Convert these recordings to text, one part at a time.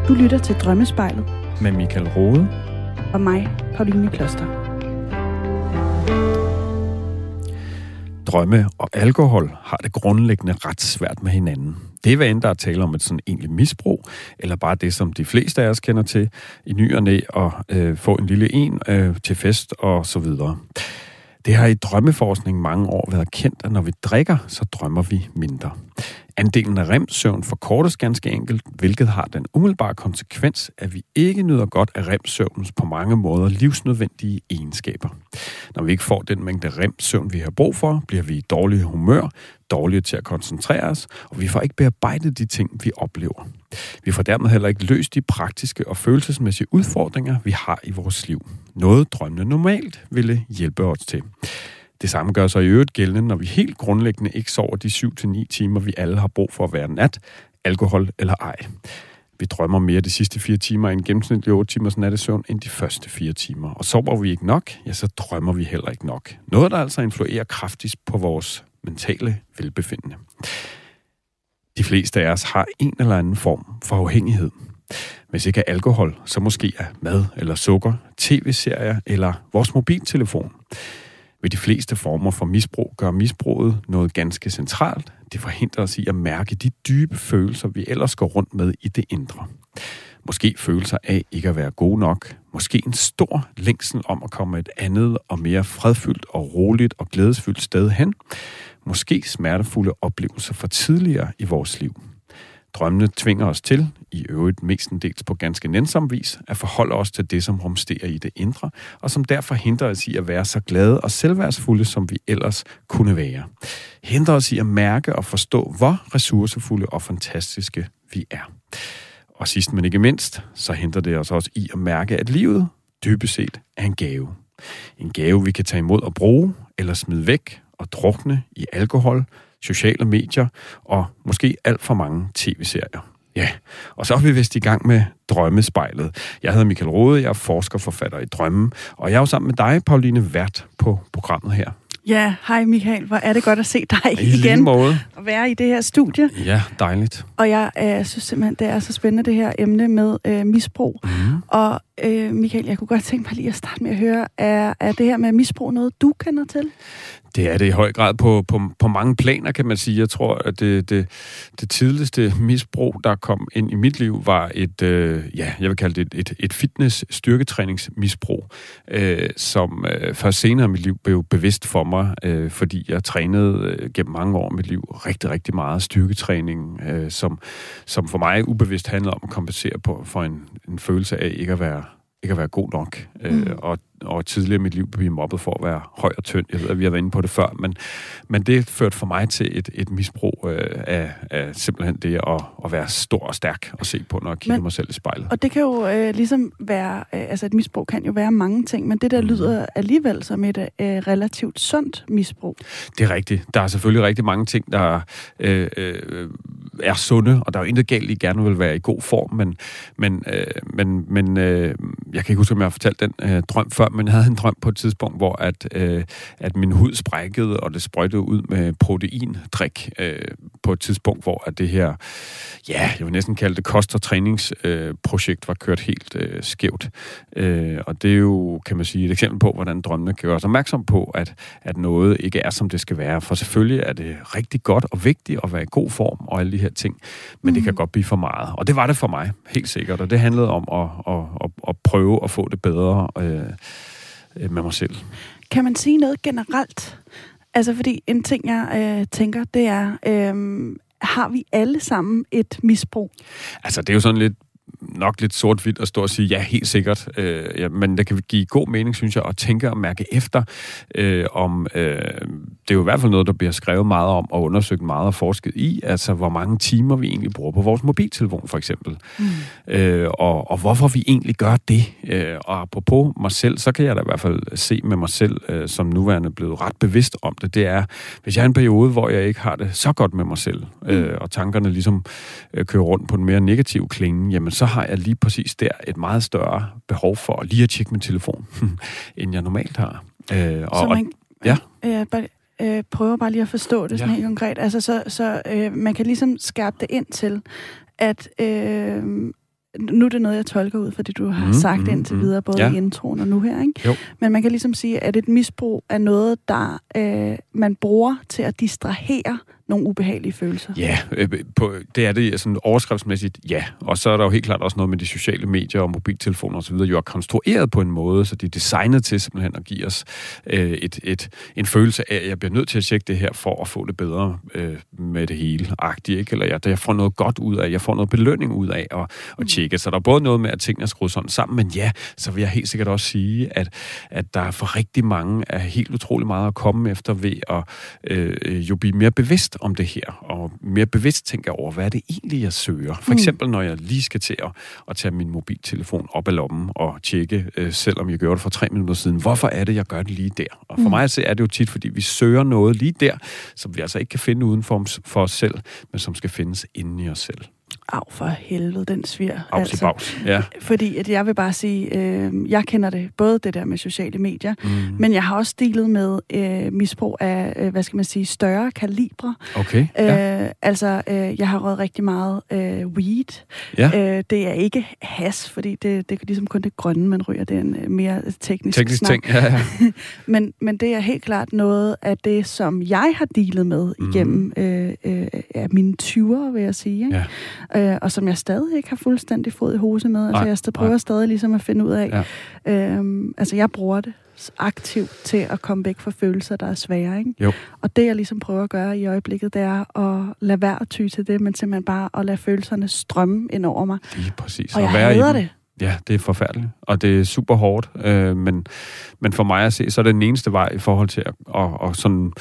Du lytter til Drømmespejlet. Med Michael Rode. Og mig, Pauline Kloster. Drømme og alkohol har det grundlæggende ret svært med hinanden. Det er hvad end der er tale om et sådan egentlig misbrug, eller bare det, som de fleste af os kender til, i ny og næ, og få en lille en til fest og så videre. Det har i drømmeforskning mange år været kendt, at når vi drikker, så drømmer vi mindre. Andelen af REM-søvn forkortes ganske enkelt, hvilket har den umiddelbare konsekvens, at vi ikke nyder godt af REM-søvnens på mange måder livsnødvendige egenskaber. Når vi ikke får den mængde REM-søvn, vi har brug for, bliver vi i dårlig humør, dårlige til at koncentrere os, og vi får ikke bearbejdet de ting, vi oplever. Vi får dermed heller ikke løst de praktiske og følelsesmæssige udfordringer, vi har i vores liv. Noget drømmende normalt ville hjælpe os til. Det samme gør sig i øvrigt gældende, når vi helt grundlæggende ikke sover de 7-9 timer, vi alle har brug for at være nat, alkohol eller ej. Vi drømmer mere de sidste 4 timer end gennemsnitlig 8 timers nattesøvn end de første 4 timer. Og sover vi ikke nok, ja, så drømmer vi heller ikke nok. Noget, der altså influerer kraftigt på vores mentale velbefindende. De fleste af os har en eller anden form for afhængighed. Hvis ikke er alkohol, så måske er mad eller sukker, tv-serier eller vores mobiltelefon. Ved de fleste former for misbrug gør misbruget noget ganske centralt. Det forhindrer os i at mærke de dybe følelser, vi ellers går rundt med i det indre. Måske følelser af ikke at være gode nok. Måske en stor længsel om at komme et andet og mere fredfyldt og roligt og glædesfyldt sted hen. Måske smertefulde oplevelser fra tidligere i vores liv. Drømmene tvinger os til, i øvrigt mestendels på ganske nænsom vis, at forholde os til det, som rumsterer i det indre, og som derfor hindrer os i at være så glade og selvværdsfulde, som vi ellers kunne være. Hindrer os i at mærke og forstå, hvor ressourcefulde og fantastiske vi er. Og sidst men ikke mindst, så hindrer det os også i at mærke, at livet dybest set er en gave. En gave, vi kan tage imod og bruge, eller smide væk og drukne i alkohol, sociale medier og måske alt for mange tv-serier. Ja, og så er vi vist i gang med Drømmespejlet. Jeg hedder Michael Rode, jeg er forskerforfatter i drømme, og jeg er jo sammen med dig, Pauline, vært på programmet her. Ja, hej Michael. Hvor er det godt at se dig I lige igen. måde. Og være i det her studie. Ja, dejligt. Og jeg synes simpelthen, det er så spændende, det her emne med misbrug. Mm. Og Michael, jeg kunne godt tænke mig lige at starte med at høre, er det her med misbrug noget, du kender til? Det er det i høj grad på mange planer, kan man sige. Jeg tror, at det tidligste misbrug, der kom ind i mit liv, var jeg vil kalde det et fitness-styrketræningsmisbrug, som først senere i mit liv blev bevidst for mig, fordi jeg trænede gennem mange år i mit liv rigtig, rigtig meget styrketræning, som for mig ubevidst handlede om at kompensere for en følelse af ikke at være god nok. Og tidligere i mit liv blev jeg mobbet for at være høj og tynd. Jeg ved, at vi har været inde på det før, men det førte for mig til et misbrug af simpelthen det at være stor og stærk og se på, når jeg kigger mig selv i spejlet. Og det kan jo ligesom være, altså et misbrug kan jo være mange ting, men det der lyder alligevel som et relativt sundt misbrug. Det er rigtigt. Der er selvfølgelig rigtig mange ting, der er sunde, og der er jo intet galt i gerne vil være i god form, men jeg kan ikke huske, om jeg har fortalt den drøm før, men jeg havde en drøm på et tidspunkt, hvor at min hud sprækkede, og det sprøjtede ud med proteindrik på et tidspunkt, hvor at det her, jeg vil næsten kalde det kost- og træningsprojekt var kørt helt skævt. Og det er jo, kan man sige, et eksempel på, hvordan drømmene kan gøre os opmærksom på, at noget ikke er, som det skal være. For selvfølgelig er det rigtig godt og vigtigt at være i god form og alle de her ting, men det kan godt blive for meget. Og det var det for mig, helt sikkert. Og det handlede om at prøve at få det bedre med mig selv. Kan man sige noget generelt? Altså, fordi en ting, jeg tænker, det er, har vi alle sammen et misbrug? Altså, det er jo sådan nok lidt sort-hvidt at stå og sige, ja, helt sikkert. Men det kan give god mening, synes jeg, at tænke og mærke efter, om det er jo i hvert fald noget, der bliver skrevet meget om og undersøgt meget og forsket i, altså hvor mange timer vi egentlig bruger på vores mobiltelefon, for eksempel. Og hvorfor vi egentlig gør det. Og apropos mig selv, så kan jeg da i hvert fald se med mig selv, som nuværende blevet ret bevidst om det. Det er, hvis jeg er en periode, hvor jeg ikke har det så godt med mig selv, og tankerne ligesom kører rundt på en mere negativ klinge, jamen så har jeg lige præcis der et meget større behov for lige at tjekke min telefon, end jeg normalt har. Prøver bare lige at forstå det sådan helt konkret. Altså, så man kan ligesom skærpe det ind til, at nu er det noget, jeg tolker ud, fordi du har sagt indtil videre, både i introen og nu her, ikke? Jo. Men man kan ligesom sige, at et misbrug er noget, der man bruger til at distrahere nogle ubehagelige følelser. Ja, det er det sådan overskriftsmæssigt, ja. Og så er der jo helt klart også noget med de sociale medier og mobiltelefoner osv., jo er konstrueret på en måde, så de er designet til simpelthen at give os en følelse af, at jeg bliver nødt til at tjekke det her for at få det bedre med det hele-agtigt, ikke? Eller jeg får noget godt ud af, jeg får noget belønning ud af at tjekke. Så der er både noget med, at tingene er skruet sådan sammen, men ja, så vil jeg helt sikkert også sige, at der for rigtig mange er helt utrolig meget at komme efter ved at jo blive mere bevidst om det her, og mere bevidst tænker over, hvad er det egentlig, jeg søger. For eksempel, når jeg lige skal til at tage min mobiltelefon op af lommen og tjekke, selvom jeg gjorde det for 3 minutter siden, hvorfor er det, jeg gør det lige der? Og for mig at se, er det jo tit, fordi vi søger noget lige der, som vi altså ikke kan finde uden for os selv, men som skal findes inde i os selv. Au, for helvede, den svir. Ja. Fordi at jeg vil bare sige, jeg kender det, både det der med sociale medier, men jeg har også dealet med misbrug af, hvad skal man sige, større kalibre. Okay. Jeg har røget rigtig meget weed. Ja. Det er ikke hash, fordi det er ligesom kun det grønne, man ryger. Det er en mere teknisk snak. Ting, ja. men det er helt klart noget af det, som jeg har dealet med igennem mine 20'ere, vil jeg sige. Ikke? Ja. Og som jeg stadig ikke har fuldstændig fod i hose med. Altså, jeg prøver stadig ligesom at finde ud af. Ja. Jeg bruger det aktivt til at komme væk fra følelser, der er svære. Ikke? Jo. Og det, jeg ligesom prøver at gøre i øjeblikket, det er at lade være at ty til det, men simpelthen bare at lade følelserne strømme ind over mig. Lige præcis. Og jeg hader det. Ja, det er forfærdeligt, og det er super hårdt, men for mig at se, så er det den eneste vej i forhold til at sådan...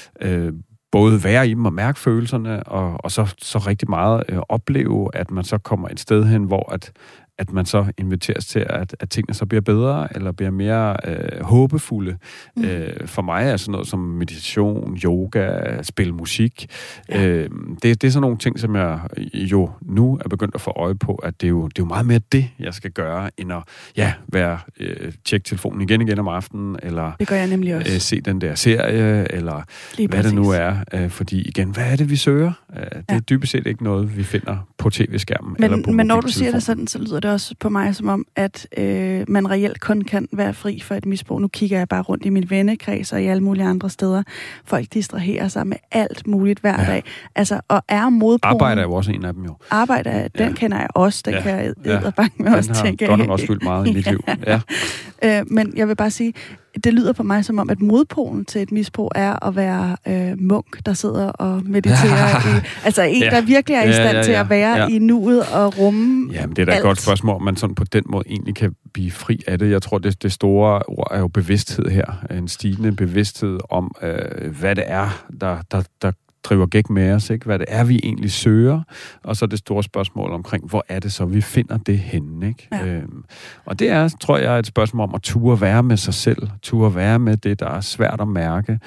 både være i dem og mærke følelserne, og så rigtig meget opleve, at man så kommer et sted hen, hvor at man så inviteres til, at tingene så bliver bedre, eller bliver mere håbefulde. For mig er sådan noget som meditation, yoga, spille musik. Ja. Det er sådan nogle ting, som jeg jo nu er begyndt at få øje på, at det er jo meget mere det, jeg skal gøre, end at tjekke telefonen igen om aftenen, eller det gør jeg nemlig også. Se den der serie, eller lige hvad præcis. Det nu er. Fordi igen, hvad er det, vi søger? Det er dybest set ikke noget, vi finder på tv-skærmen eller på mobiltelefonen. Men når du siger det sådan, så lyder det også på mig som om, at man reelt kun kan være fri for et misbrug. Nu kigger jeg bare rundt i min vennekreds og i alle mulige andre steder. Folk distraherer sig med alt muligt hver dag. Altså, og er modpolen... Arbejde er jo også en af dem jo. Arbejde, den kender jeg også. Den kan jeg edderbanke med også tænke. Den har godt nok også fyldt meget i mit liv. Ja. Men jeg vil bare sige, det lyder på mig som om, at modpolen til et misbrug er at være munk, der sidder og mediterer. Altså en, der virkelig er i stand til at være i nuet og rumme. Jamen, det er da et godt spørgsmål, om man sådan på den måde egentlig kan blive fri af det. Jeg tror, det store ord er jo bevidsthed her. En stigende bevidsthed om, hvad det er, der driver gæk med os, ikke? Hvad det er, vi egentlig søger, og så det store spørgsmål omkring, hvor er det så, vi finder det henne, ikke? Ja. Og det er, tror jeg, et spørgsmål om at turde være med sig selv, turde være med det, der er svært at mærke,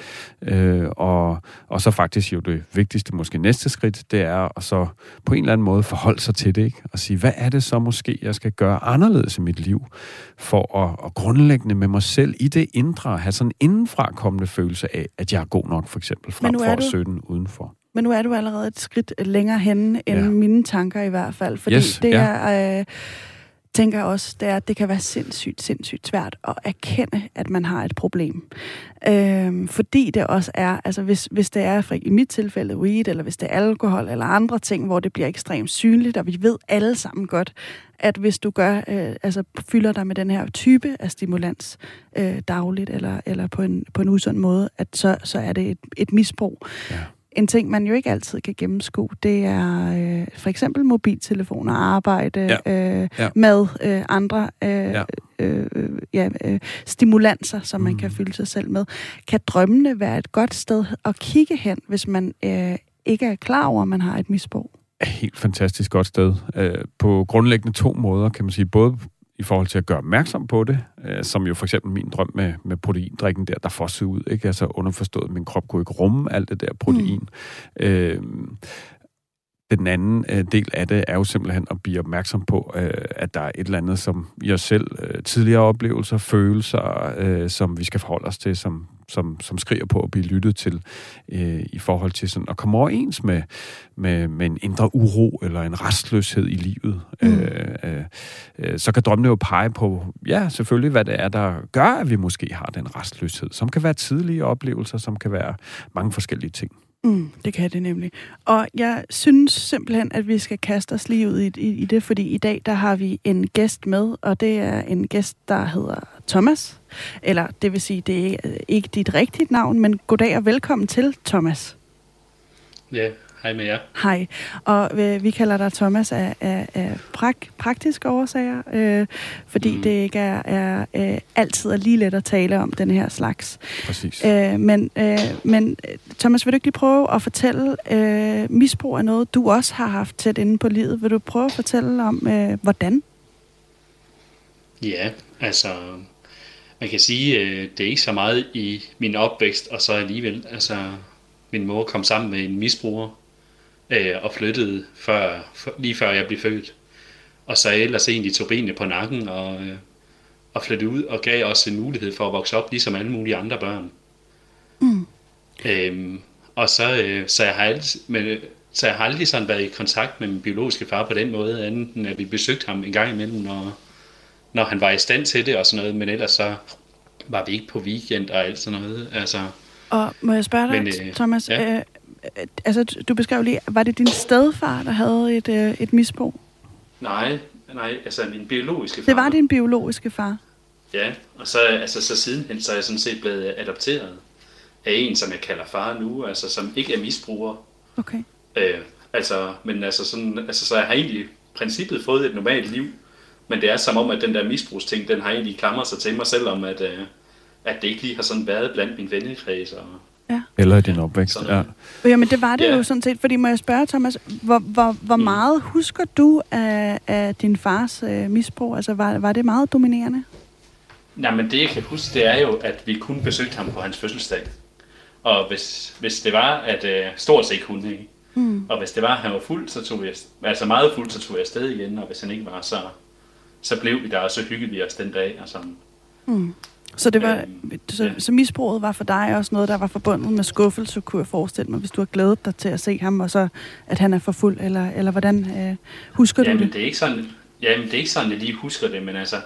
og så faktisk jo det vigtigste, måske næste skridt, det er at så på en eller anden måde forholde sig til det, ikke? Og sige, hvad er det så måske, jeg skal gøre anderledes i mit liv, for at grundlæggende med mig selv i det indre, have sådan en indenfra kommende følelse af, at jeg er god nok, for eksempel, frem for at søge den udenfor. Men nu er du allerede et skridt længere henne end mine tanker i hvert fald. Fordi jeg tænker også, det er, at det kan være sindssygt svært at erkende, at man har et problem. Fordi det også er, altså hvis det er i mit tilfælde weed, eller hvis det er alkohol, eller andre ting, hvor det bliver ekstremt synligt, og vi ved alle sammen godt, at hvis du fylder dig med den her type af stimulans dagligt, eller på en usund måde, at så er det et misbrug. Ja. En ting, man jo ikke altid kan gennemskue, det er for eksempel mobiltelefoner, arbejde, mad, andre stimulanser, som man kan fylde sig selv med. Kan drømmene være et godt sted at kigge hen, hvis man ikke er klar over, at man har et misbrug? Helt fantastisk godt sted. På grundlæggende 2 måder, kan man sige. Både i forhold til at gøre opmærksom på det, som jo for eksempel min drøm med proteindrikken der fossede ud, ikke? Altså underforstået, min krop kunne ikke rumme alt det der protein. Den anden del af det er jo simpelthen at blive opmærksom på, at der er et eller andet, som i os selv, tidligere oplevelser, følelser, som vi skal forholde os til, som skriger på at blive lyttet til, i forhold til sådan at komme overens med en indre uro eller en restløshed i livet. så kan drømmene jo pege på, ja, selvfølgelig, hvad det er, der gør, at vi måske har den restløshed, som kan være tidlige oplevelser, som kan være mange forskellige ting. Det kan det nemlig. Og jeg synes simpelthen, at vi skal kaste os lige ud i det, fordi i dag, der har vi en gæst med, og det er en gæst, der hedder Thomas. Eller det vil sige, det er ikke dit rigtigt navn, men goddag og velkommen til, Thomas. Ja, hej med jer. Hej. Og vi kalder dig Thomas af praktiske årsager, fordi det ikke er altid er lige let at tale om den her slags. Præcis. Men Thomas, vil du ikke lige prøve at fortælle, misbrug er noget, du også har haft tæt inde på livet. Vil du prøve at fortælle om, hvordan? Ja, altså, man kan sige, det er ikke så meget i min opvækst, og så alligevel, altså, min mor kom sammen med en misbruger, og flyttede lige før jeg blev født. Og så ellers egentlig tog benene på nakken og flyttede ud og gav os en mulighed for at vokse op ligesom alle mulige andre børn. Og så jeg har aldrig sådan været i kontakt med min biologiske far på den måde, anden at vi besøgte ham en gang imellem, når han var i stand til det og sådan noget, men ellers så var vi ikke på weekend og alt sådan noget. Altså, og må jeg spørge dig, Thomas, ja. Altså, du beskrev lige, var det din stedfar, der havde et misbrug? Nej, altså min biologiske far. Det var din biologiske far? Ja, og så sidenhen, så er jeg sådan set blevet adopteret af en, som jeg kalder far nu, altså som ikke er misbruger. Okay. Så jeg har egentlig i princippet fået et normalt liv, men det er som om, at den der misbrugsting, den har egentlig klamret sig til mig, selvom at det ikke lige har sådan været blandt min vennekreds og ja. Eller i din opvækst, ja. Jamen, det var det jo sådan set, fordi må jeg spørge, Thomas, hvor meget husker du af din fars misbrug? Altså, var det meget dominerende? Nej, men det jeg kan huske, det er jo, at vi kun besøgte ham på hans fødselsdag. Og hvis det var, at stort set kunne, ikke? Og hvis det var, at han var fuld, så tog jeg, altså meget fuld, så tog jeg afsted igen, og hvis han ikke var, så blev vi der, og så hyggede vi os den dag, og sådan. Så det var, så misbruget var for dig også noget, der var forbundet med skuffelse, kunne jeg forestille mig, hvis du har glædet dig til at se ham, og så at han er for fuld, eller hvordan husker du det? Det er ikke sådan, det er ikke sådan, jeg lige husker det, men altså,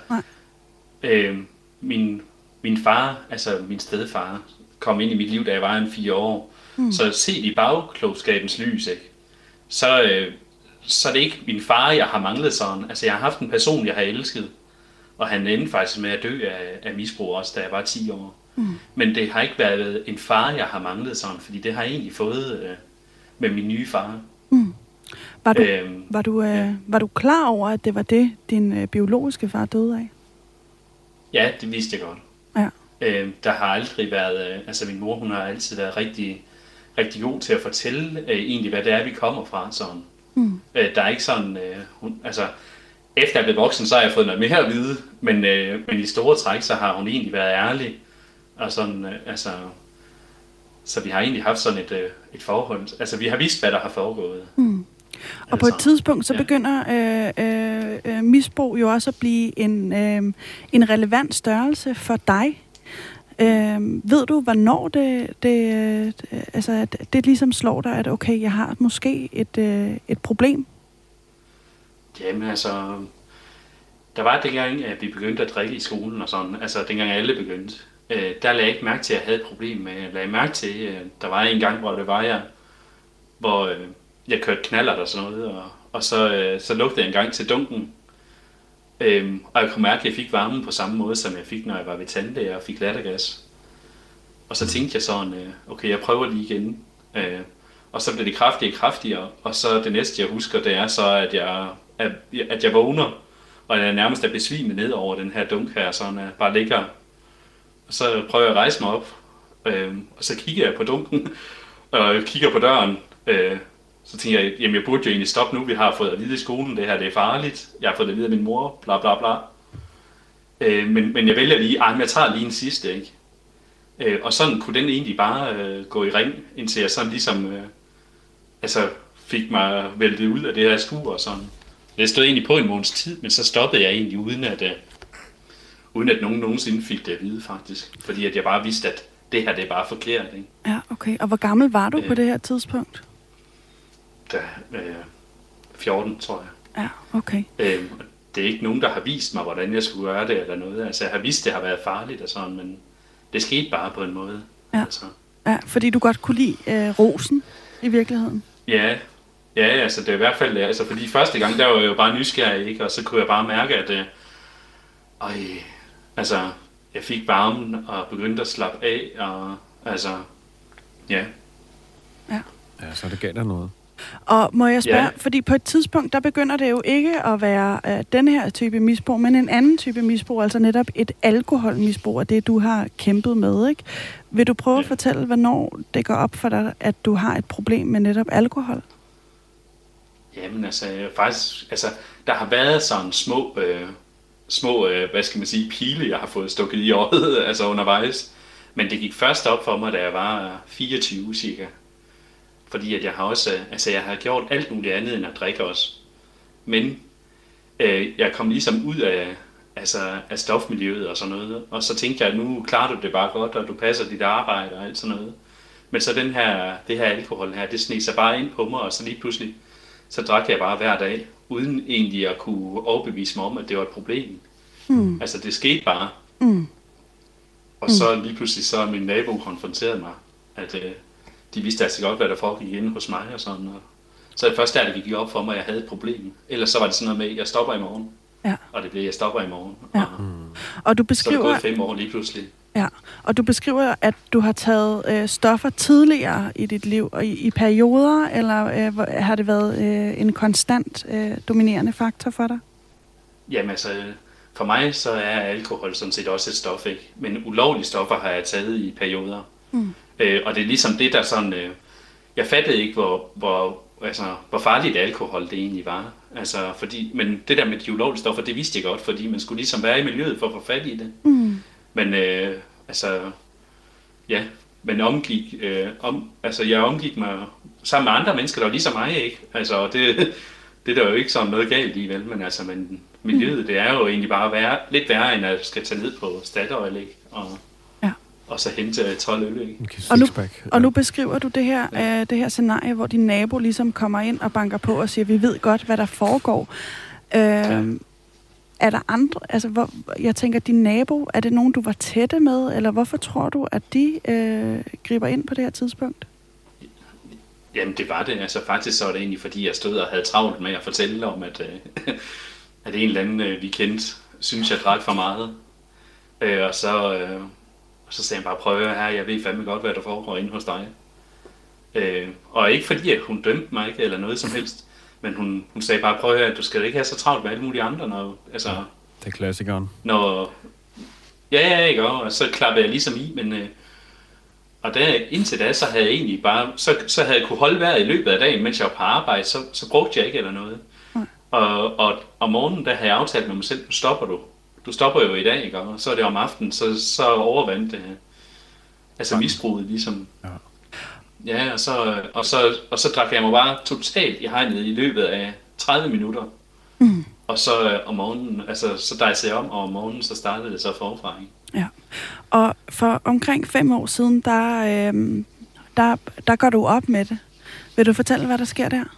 min far, altså min stedfar, kom ind i mit liv, da jeg var 4 år, så set i bagklogskabens lys, ikke? Så er det ikke min far, jeg har manglet sådan, altså jeg har haft en person, jeg har elsket, og han endte faktisk med at dø af misbrug også, da jeg var 10 år. Men det har ikke været en far, jeg har manglet sådan, fordi det har jeg egentlig fået med min nye far. Var du klar over, at det var det, din biologiske far døde af? Ja, det vidste jeg godt. Ja. Der har aldrig været, altså min mor, hun har altid været rigtig, rigtig god til at fortælle egentlig, hvad det er, vi kommer fra. Sådan. Der er ikke sådan, efter jeg blev voksen, så har jeg fået noget mere at vide, men i store træk, så har hun egentlig været ærlig, og sådan, så vi har egentlig haft sådan et forhold, altså vi har vidst, hvad der har foregået. Og på et tidspunkt, så begynder misbrug jo også at blive en relevant størrelse for dig. Ved du, hvornår det ligesom slår dig, at okay, jeg har måske et problem? Jamen altså, der var dengang, at vi begyndte at drikke i skolen og sådan, altså dengang alle begyndte, der lagde jeg ikke mærke til, at jeg havde et problem med. Jeg lagde mærke til, der var en gang, hvor jeg kørte knallert og sådan noget, og så lugtede jeg en gang til dunken. Og jeg kunne mærke, at jeg fik varmen på samme måde, som jeg fik, når jeg var ved tandlæge og fik lattergas. Og så tænkte jeg sådan, okay, jeg prøver lige igen. Og så blev det kraftigere, og så det næste, jeg husker, det er så, at jeg vågner, og jeg nærmest er besvimet ned over den her dunk her, sådan jeg bare ligger. Og så prøver jeg at rejse mig op, og så kigger jeg på dunken, og jeg kigger på døren. Så tænker jeg, jamen jeg burde jo egentlig stoppe nu, vi har fået at vide i skolen, det her det er farligt, jeg har fået at vide af min mor, bla bla bla. Men jeg vælger lige, jeg tager lige en sidste, ikke? Og sådan kunne den egentlig bare gå i ring, indtil jeg sådan ligesom fik mig væltet ud af det her skur og sådan. Det stod egentlig på en måneds tid, men så stoppede jeg egentlig uden at nogen nogensinde fik det at vide faktisk. Fordi at jeg bare vidste, at det her det er bare forkert, ikke? Ja, okay. Og hvor gammel var du på det her tidspunkt? 14, tror jeg. Ja, okay. Det er ikke nogen, der har vist mig, hvordan jeg skulle gøre det eller noget. Altså, jeg har vidst, det har været farligt og sådan, men det skete bare på en måde. Ja, altså. Ja, fordi du godt kunne lide rosen i virkeligheden. Ja, altså det er i hvert fald, altså fordi første gang, der var jeg jo bare nysgerrig, ikke? Og så kunne jeg bare mærke, at altså, jeg fik varmen og begyndte at slappe af, og altså, ja. Ja, så det gav dig noget. Og må jeg spørge, fordi på et tidspunkt, der begynder det jo ikke at være den her type misbrug, men en anden type misbrug, altså netop et alkoholmisbrug, af det du har kæmpet med, ikke? Vil du prøve at fortælle, hvornår det går op for dig, at du har et problem med netop alkohol? Jamen altså, faktisk, altså, der har været sådan små, hvad skal man sige, pile, jeg har fået stukket i øjet, altså undervejs. Men det gik først op for mig, da jeg var 24 cirka. Fordi at jeg har også, altså jeg har gjort alt muligt andet end at drikke også. Men jeg kom ligesom ud af stofmiljøet og sådan noget. Og så tænkte jeg, at nu klarer du det bare godt, og du passer dit arbejde og alt sådan noget. Men så det her alkohol her, det sneg sig bare ind på mig, og så lige pludselig, så drak jeg bare hver dag, uden egentlig at kunne overbevise mig om, at det var et problem. Altså det skete bare. Og så lige pludselig, så min nabo konfronterede mig, at de vidste altså godt, hvad der foregik inde hos mig og sådan noget. Så det først der, det gik op for mig, at jeg havde et problem. Ellers så var det sådan noget med, at jeg stopper i morgen. Ja. Og det blev, jeg stopper i morgen. Ja. Og du beskriver, så er det gået 5 år lige pludselig. Ja, og du beskriver, at du har taget stoffer tidligere i dit liv, og i perioder, eller har det været en konstant dominerende faktor for dig? Jamen altså, for mig så er alkohol sådan set også et stof, ikke? Men ulovlige stoffer har jeg taget i perioder. Og det er ligesom det, der sådan... jeg fattede ikke, hvor farligt alkohol det egentlig var. Altså, men det der med de ulovlige stoffer, det vidste jeg godt, fordi man skulle ligesom være i miljøet for at få fat i det. Men men jeg omgik mig sammen med andre mennesker, der var ligesom mig, ikke? Altså, det er der jo ikke sådan noget galt i, vel? Men altså, miljøet, det er jo egentlig bare lidt værre, end at skal tage ned på Statoil, ikke? Og så hente 12 øl, ikke? Og nu beskriver du det her scenarie, hvor din nabo ligesom kommer ind og banker på og siger, vi ved godt, hvad der foregår. Er der andre, altså jeg tænker, din nabo, er det nogen, du var tætte med, eller hvorfor tror du, at de griber ind på det her tidspunkt? Jamen det var det, altså faktisk så var det egentlig, fordi jeg stod og havde travlt med at fortælle om, at en eller anden vi kendte, synes jeg drak for meget. Og så sagde han bare, prøv at her, jeg ved fandme godt, hvad der foregår inde hos dig. Og ikke fordi, at hun dømte mig ikke, eller noget som helst, men hun sagde bare, prøv at du skal ikke have så travlt med alle mulige andre, når, altså... Det er klassikeren. Ja, ikke, og så klappede jeg ligesom i, men... Og indtil da, så havde jeg egentlig bare... Så havde jeg kunne holde vejret i løbet af dagen, mens jeg var på arbejde, så brugte jeg ikke eller noget. Og om morgenen, der havde jeg aftalt med mig selv, nu stopper du. Du stopper jo i dag, ikke? Og så er det om aftenen, så overvandt det. Altså misbruget ligesom. Ja, og så drak jeg mig bare totalt i hegnet i løbet af 30 minutter. Og så om morgenen, altså så dejsede jeg om morgenen, så startede det så forfra, ikke? Ja. Og for omkring 5 år siden, der går du op med det. Vil du fortælle, hvad der sker der?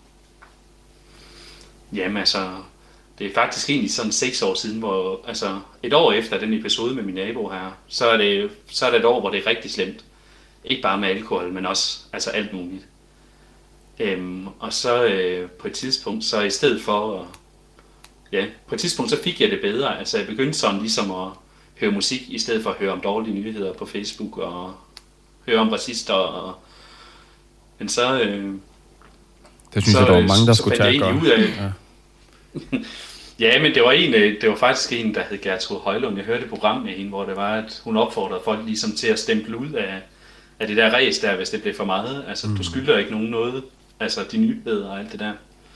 Jamen altså, det er faktisk egentlig sådan 6 år siden, hvor, altså et år efter den episode med min nabo her, så er det et år, hvor det er rigtig slemt. Ikke bare med alkohol, men også altså alt muligt. Og så på et tidspunkt, så i stedet for, på et tidspunkt så fik jeg det bedre. Altså jeg begyndte sådan ligesom at høre musik, i stedet for at høre om dårlige nyheder på Facebook, og høre om racister. Men så... det synes jeg, der var mange, der skulle tage at gøre. Ja, men det var faktisk en, der hed Gertrud Højlund. Jeg hørte et program med hende, hvor det var, at hun opfordrede folk ligesom til at stemple ud af det der ræs der, hvis det blev for meget. Altså, du skylder ikke nogen noget. Altså, de nyheder og alt det der.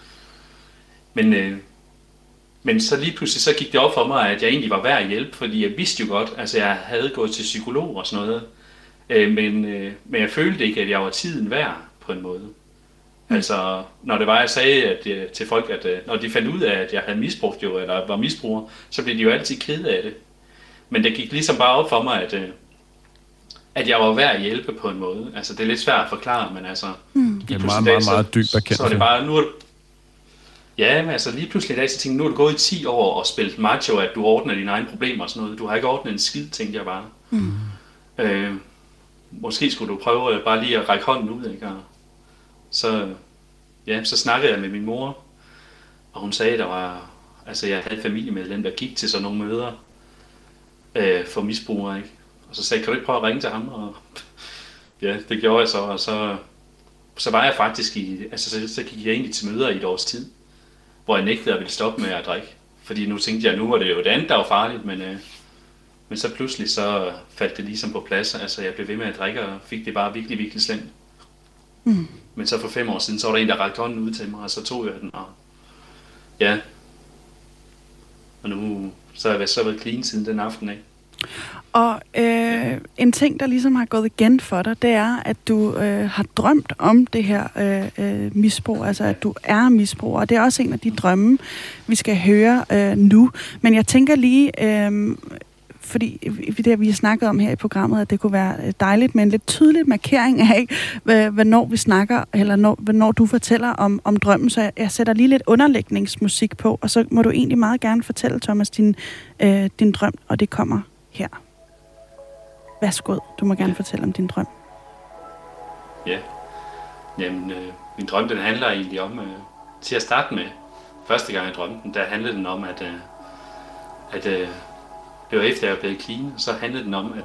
Men så lige pludselig så gik det op for mig, at jeg egentlig var værd at hjælpe, fordi jeg vidste jo godt, altså jeg havde gået til psykolog og sådan noget. Men jeg følte ikke, at jeg var tiden værd på en måde. Altså, når det var, jeg sagde til folk, at når de fandt ud af, at jeg havde misbrugt jo, eller var misbruger, så blev de jo altid kede af det. Men det gik ligesom bare op for mig, at jeg var værd at hjælpe på en måde. Altså, det er lidt svært at forklare, men altså... Det er meget, meget, meget dybt erkendelse. Så er det bare, Ja, men altså lige pludselig i dag, så tænkte jeg, nu er du gået i 10 år og spillet macho, at du ordner dine egne problemer og sådan noget. Du har ikke ordnet en skid, tænkte jeg bare. Måske skulle du prøve bare lige at række hånden ud, ikke? Og så snakkede jeg med min mor, og hun sagde, at jeg havde familiemedlem, der gik til sådan nogle møder for misbrugere, ikke? Og så sagde jeg, kan du ikke prøve at ringe til ham? Og ja, det gjorde jeg så, og så var jeg faktisk så gik jeg egentlig til møder i et års tid, hvor jeg nægtede at ville stoppe med at drikke. Fordi nu tænkte jeg, nu var det jo det andet, der var farligt, men så pludselig så faldt det ligesom på plads. Altså jeg blev ved med at drikke og fik det bare virkelig, virkelig slemt. Men så for 5 år siden, så var der en, der rakte hånden ud til mig, og så tog jeg den, og ja. Og nu så har jeg så været clean siden den aften, ikke? Og en ting, der ligesom har gået igen for dig, det er, at du har drømt om det her misbrug, altså at du er misbruger. Og det er også en af de drømme, vi skal høre nu. Men jeg tænker lige, fordi det vi har snakket om her i programmet, at det kunne være dejligt med en lidt tydelig markering af, hvornår vi snakker, eller hvornår du fortæller om drømmen. Så jeg sætter lige lidt underlægningsmusik på, og så må du egentlig meget gerne fortælle, Thomas, din drøm, og det kommer her. Værsgo, du må gerne fortælle om din drøm. Ja. Jamen, min drøm, den handler egentlig om, til at starte med, første gang jeg drømte den, der handlede den om, at det var efter jeg blev clean, så handlede den om,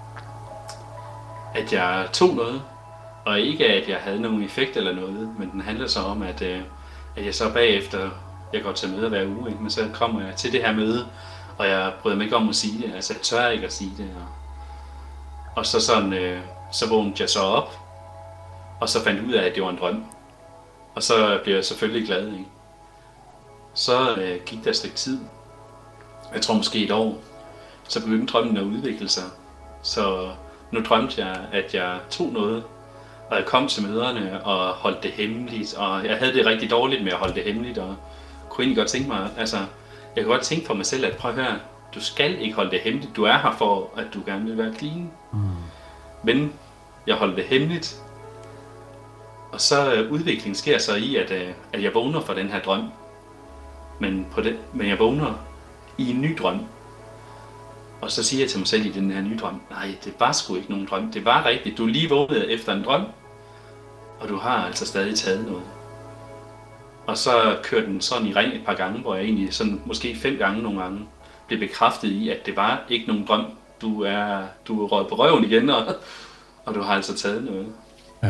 at jeg tog noget, og ikke at jeg havde nogen effekt eller noget, men den handlede så om, at jeg så bagefter, jeg går til møder hver uge, ikke? Men så kommer jeg til det her møde, og jeg bryder mig ikke om at sige det, altså jeg tør ikke at sige det. Og så sådan, så vågnede jeg så op, og så fandt ud af, at det var en drøm. Og så blev jeg selvfølgelig glad, ikke? Så gik der et stykke tid, jeg tror måske et år, så begyndte drømmen at udvikle sig. Så nu drømte jeg, at jeg tog noget, og jeg kom til møderne og holdt det hemmeligt, og jeg havde det rigtig dårligt med at holde det hemmeligt, og kunne egentlig godt tænke mig, altså jeg kunne godt tænke for mig selv, at prøv at høre, du skal ikke holde det hemmeligt, du er her for, at du gerne vil være clean. Men jeg holdt det hemmeligt, og så udviklingen sker så i, at jeg vågner fra den her drøm, men jeg vågner i en ny drøm. Og så siger jeg til mig selv i den her nye drøm, nej, det var sgu ikke nogen drøm, det var rigtigt, du er lige vågnet efter en drøm, og du har altså stadig taget noget. Og så kørte den sådan i ring et par gange, hvor jeg egentlig sådan måske 5 gange nogle gange blev bekræftet i, at det var ikke nogen drøm, du er røget på røven igen, og du har altså taget noget. Ja.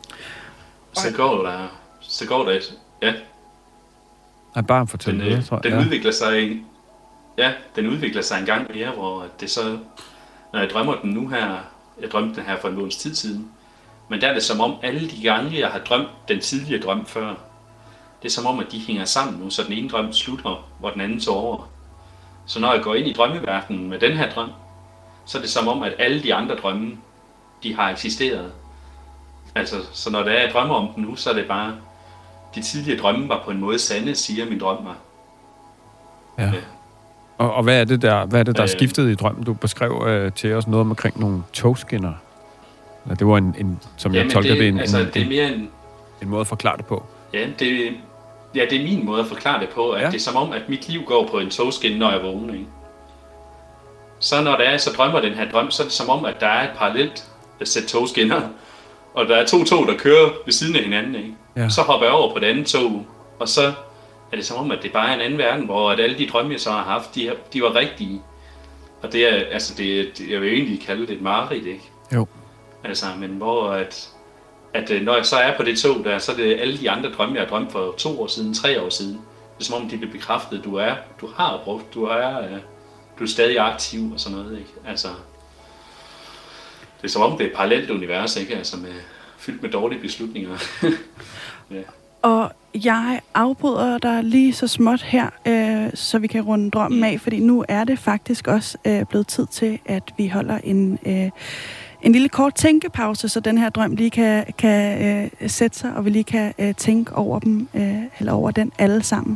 Så går der et, ja. Nej, bare fortæl det, tror jeg. Den udvikler sig. Ja, den udvikler sig en gang mere, hvor det så, når jeg drømmer den nu her, jeg drømte den her for en måneds tid siden, men der er det som om alle de gange, jeg har drømt den tidligere drøm før, det er som om, at de hænger sammen nu, så den ene drøm slutter, hvor den anden så over. Så når jeg går ind i drømmeverdenen med den her drøm, så er det som om, at alle de andre drømme, de har eksisteret. Altså, så når det er, jeg drømmer om den nu, så er det bare, de tidligere drømme var på en måde sande, siger min drøm mig. Ja. Og hvad er det der er skiftet i drømmen? Du beskrev til os noget omkring nogle togskinner. Ja, det var en som jeg tolker det er mere en måde at forklare det på. Ja, det er min måde at forklare det på, at det er som om, at mit liv går på en togskinne, når jeg vågner, ikke? Så når det er, så drømmer den her drøm, så er det som om, at der er et parallelt sæt togskinner, og der er 2 tog, der kører ved siden af hinanden, ikke? Ja. Så hopper jeg over på det andet tog, og så er det som om, at det bare er en anden verden, hvor at alle de drømme, jeg så har haft, de var rigtige. Og det er, altså jeg vil egentlig kalde det et mareridt, ikke? Jo. Altså, men hvor at når jeg så er på det tog der, så er det alle de andre drømme, jeg har drømt for 2 år siden, 3 år siden. Det er som om, de bliver bekræftet, du har brugt, du er stadig aktiv og sådan noget, ikke? Altså, det er som om, det er et parallelt univers, ikke? Altså, fyldt med dårlige beslutninger. Ja. Og jeg afbryder dig lige så småt her, så vi kan runde drømmen af, fordi nu er det faktisk også blevet tid til, at vi holder en lille kort tænkepause, så den her drøm lige kan sætte sig, og vi lige kan tænke over dem, eller over den alle sammen.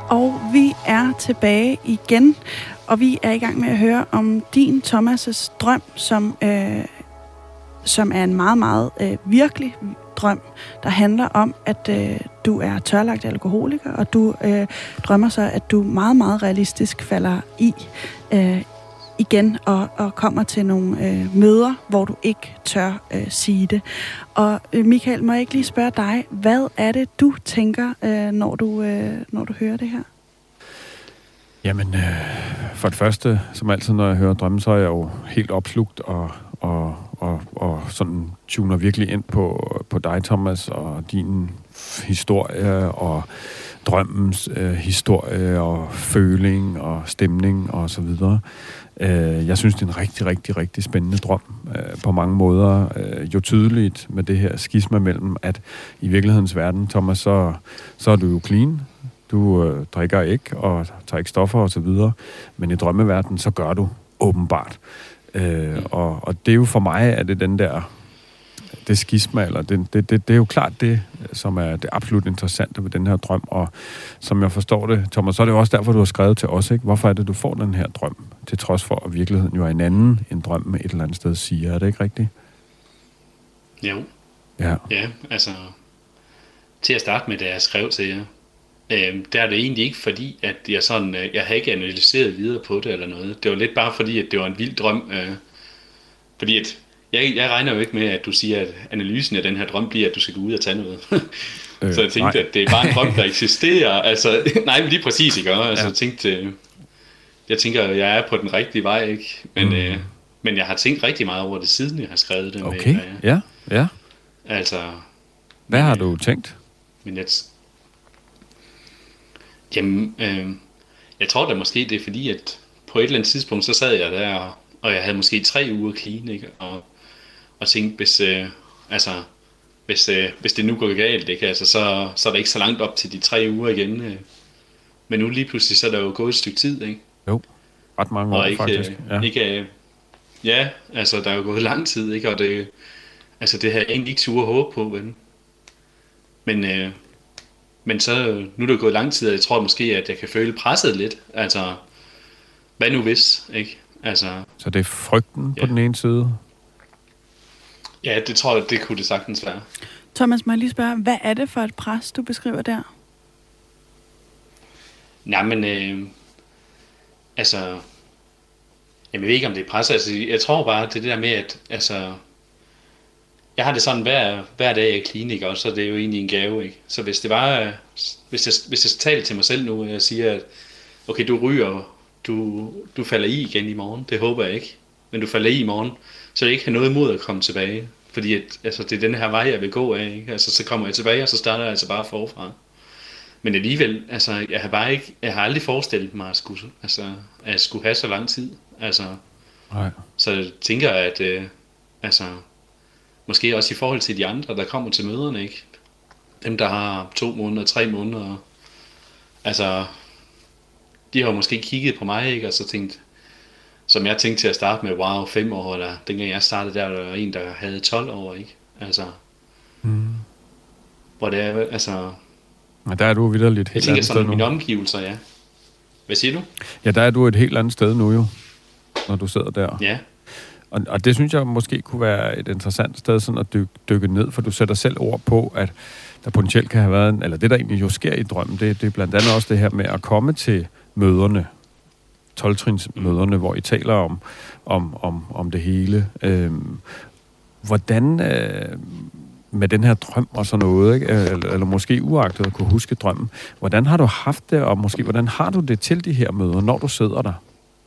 Og vi er tilbage igen, og vi er i gang med at høre om din Thomas' drøm, som er en meget, meget virkelig drøm, der handler om, at du er tørlagt alkoholiker, og du drømmer så, at du meget, meget realistisk falder i igen og kommer til nogle møder, hvor du ikke tør sige det. Og Michael, må jeg ikke lige spørge dig, hvad er det, du tænker, når du hører det her? Jamen, for det første, som altid, når jeg hører drømme, så er jeg jo helt opslugt og sådan tuner virkelig ind på dig, Thomas, og din historie og drømmens historie og føling og stemning og så videre. Jeg synes, det er en rigtig, rigtig, rigtig spændende drøm på mange måder. Jo tydeligt med det her skisma mellem, at i virkelighedens verden, Thomas, så er du jo clean. Du drikker ikke og tager ikke stoffer og så videre. Men i drømmeverdenen, så gør du åbenbart. Og det er jo for mig, at det den der det skisma, eller det er jo klart det, som er det absolut interessante ved den her drøm, og som jeg forstår det, Thomas, så er det jo også derfor, du har skrevet til os, ikke? Hvorfor er det, du får den her drøm, til trods for, at virkeligheden jo er en anden, end drømmen et eller andet sted siger. Er det ikke rigtigt? Jo. Ja, altså, til at starte med, da jeg skrev til jer, der er det egentlig ikke fordi, at jeg har ikke analyseret videre på det eller noget. Det var lidt bare fordi, at det var en vild drøm, fordi at jeg regner jo ikke med, at du siger, at analysen af den her drøm bliver, at du skal gå ud og tage noget. Så jeg tænkte, at det er bare en drøm, der eksisterer. Altså, nej, men lige præcis, ikke? Altså, jeg tænker, at jeg er på den rigtige vej, ikke? Men jeg har tænkt rigtig meget over det, siden jeg har skrevet det. Okay, ja. Altså... Hvad har du tænkt? Jeg tror da måske, det er fordi, at på et eller andet tidspunkt, så sad jeg der, og jeg havde måske 3 uger clean, ikke? Og tænkte, hvis det nu går galt, ikke? Altså, så er det ikke så langt op til de 3 uger igen. Men nu lige pludselig, så er der jo gået et stykke tid, ikke? Jo, ret mange år faktisk. Ja, altså der er jo gået lang tid, ikke? Og det har jeg egentlig ikke sur håb på, vel? Men så, nu er det gået lang tid, og jeg tror måske, at jeg kan føle presset lidt. Altså, hvad nu hvis, ikke? Altså, så det er frygten på den ene side? Ja, det tror jeg, det kunne det sagtens være. Thomas, må jeg lige spørge, hvad er det for et pres, du beskriver der? Nej, men jeg ved ikke, om det er pres. Altså, jeg tror bare, det der med, at jeg har det sådan hver dag jeg er klinik, og så er det jo egentlig en gave, ikke? Så hvis det var, hvis jeg taler til mig selv nu, og jeg siger, at okay, du ryger, du falder i igen i morgen, det håber jeg ikke, men du falder i morgen, så jeg ikke har noget imod at komme tilbage, fordi det er den her vej, jeg vil gå af, ikke? Altså, så kommer jeg tilbage, og så starter jeg altså bare forfra. Men alligevel, jeg har aldrig forestillet mig, at jeg skulle have så lang tid, Nej. Så jeg tænker, at måske også i forhold til de andre, der kommer til møderne, ikke? Dem, der har 2 måneder, 3 måneder, de har måske kigget på mig, ikke? Og så tænkt, som jeg tænkte til at starte med, wow, 5 år, eller dengang jeg startede, der var en, der havde 12 år, ikke? Hvor det er, Men der er du vitterligt et helt andet sted nu. Jeg tænker sådan, mine omgivelser, ja. Hvad siger du? Ja, der er du et helt andet sted nu jo, når du sidder der. Ja. Og det synes jeg måske kunne være et interessant sted sådan at dykke ned, for du sætter selv ord på, at der potentielt kan have været eller det der egentlig jo sker i drømmen, det er blandt andet også det her med at komme til møderne, 12-trinsmøderne, hvor I taler om det hele. Hvordan med den her drøm og sådan noget, ikke? Eller måske uagtet at kunne huske drømmen, hvordan har du haft det, og måske hvordan har du det til de her møder, når du sidder der?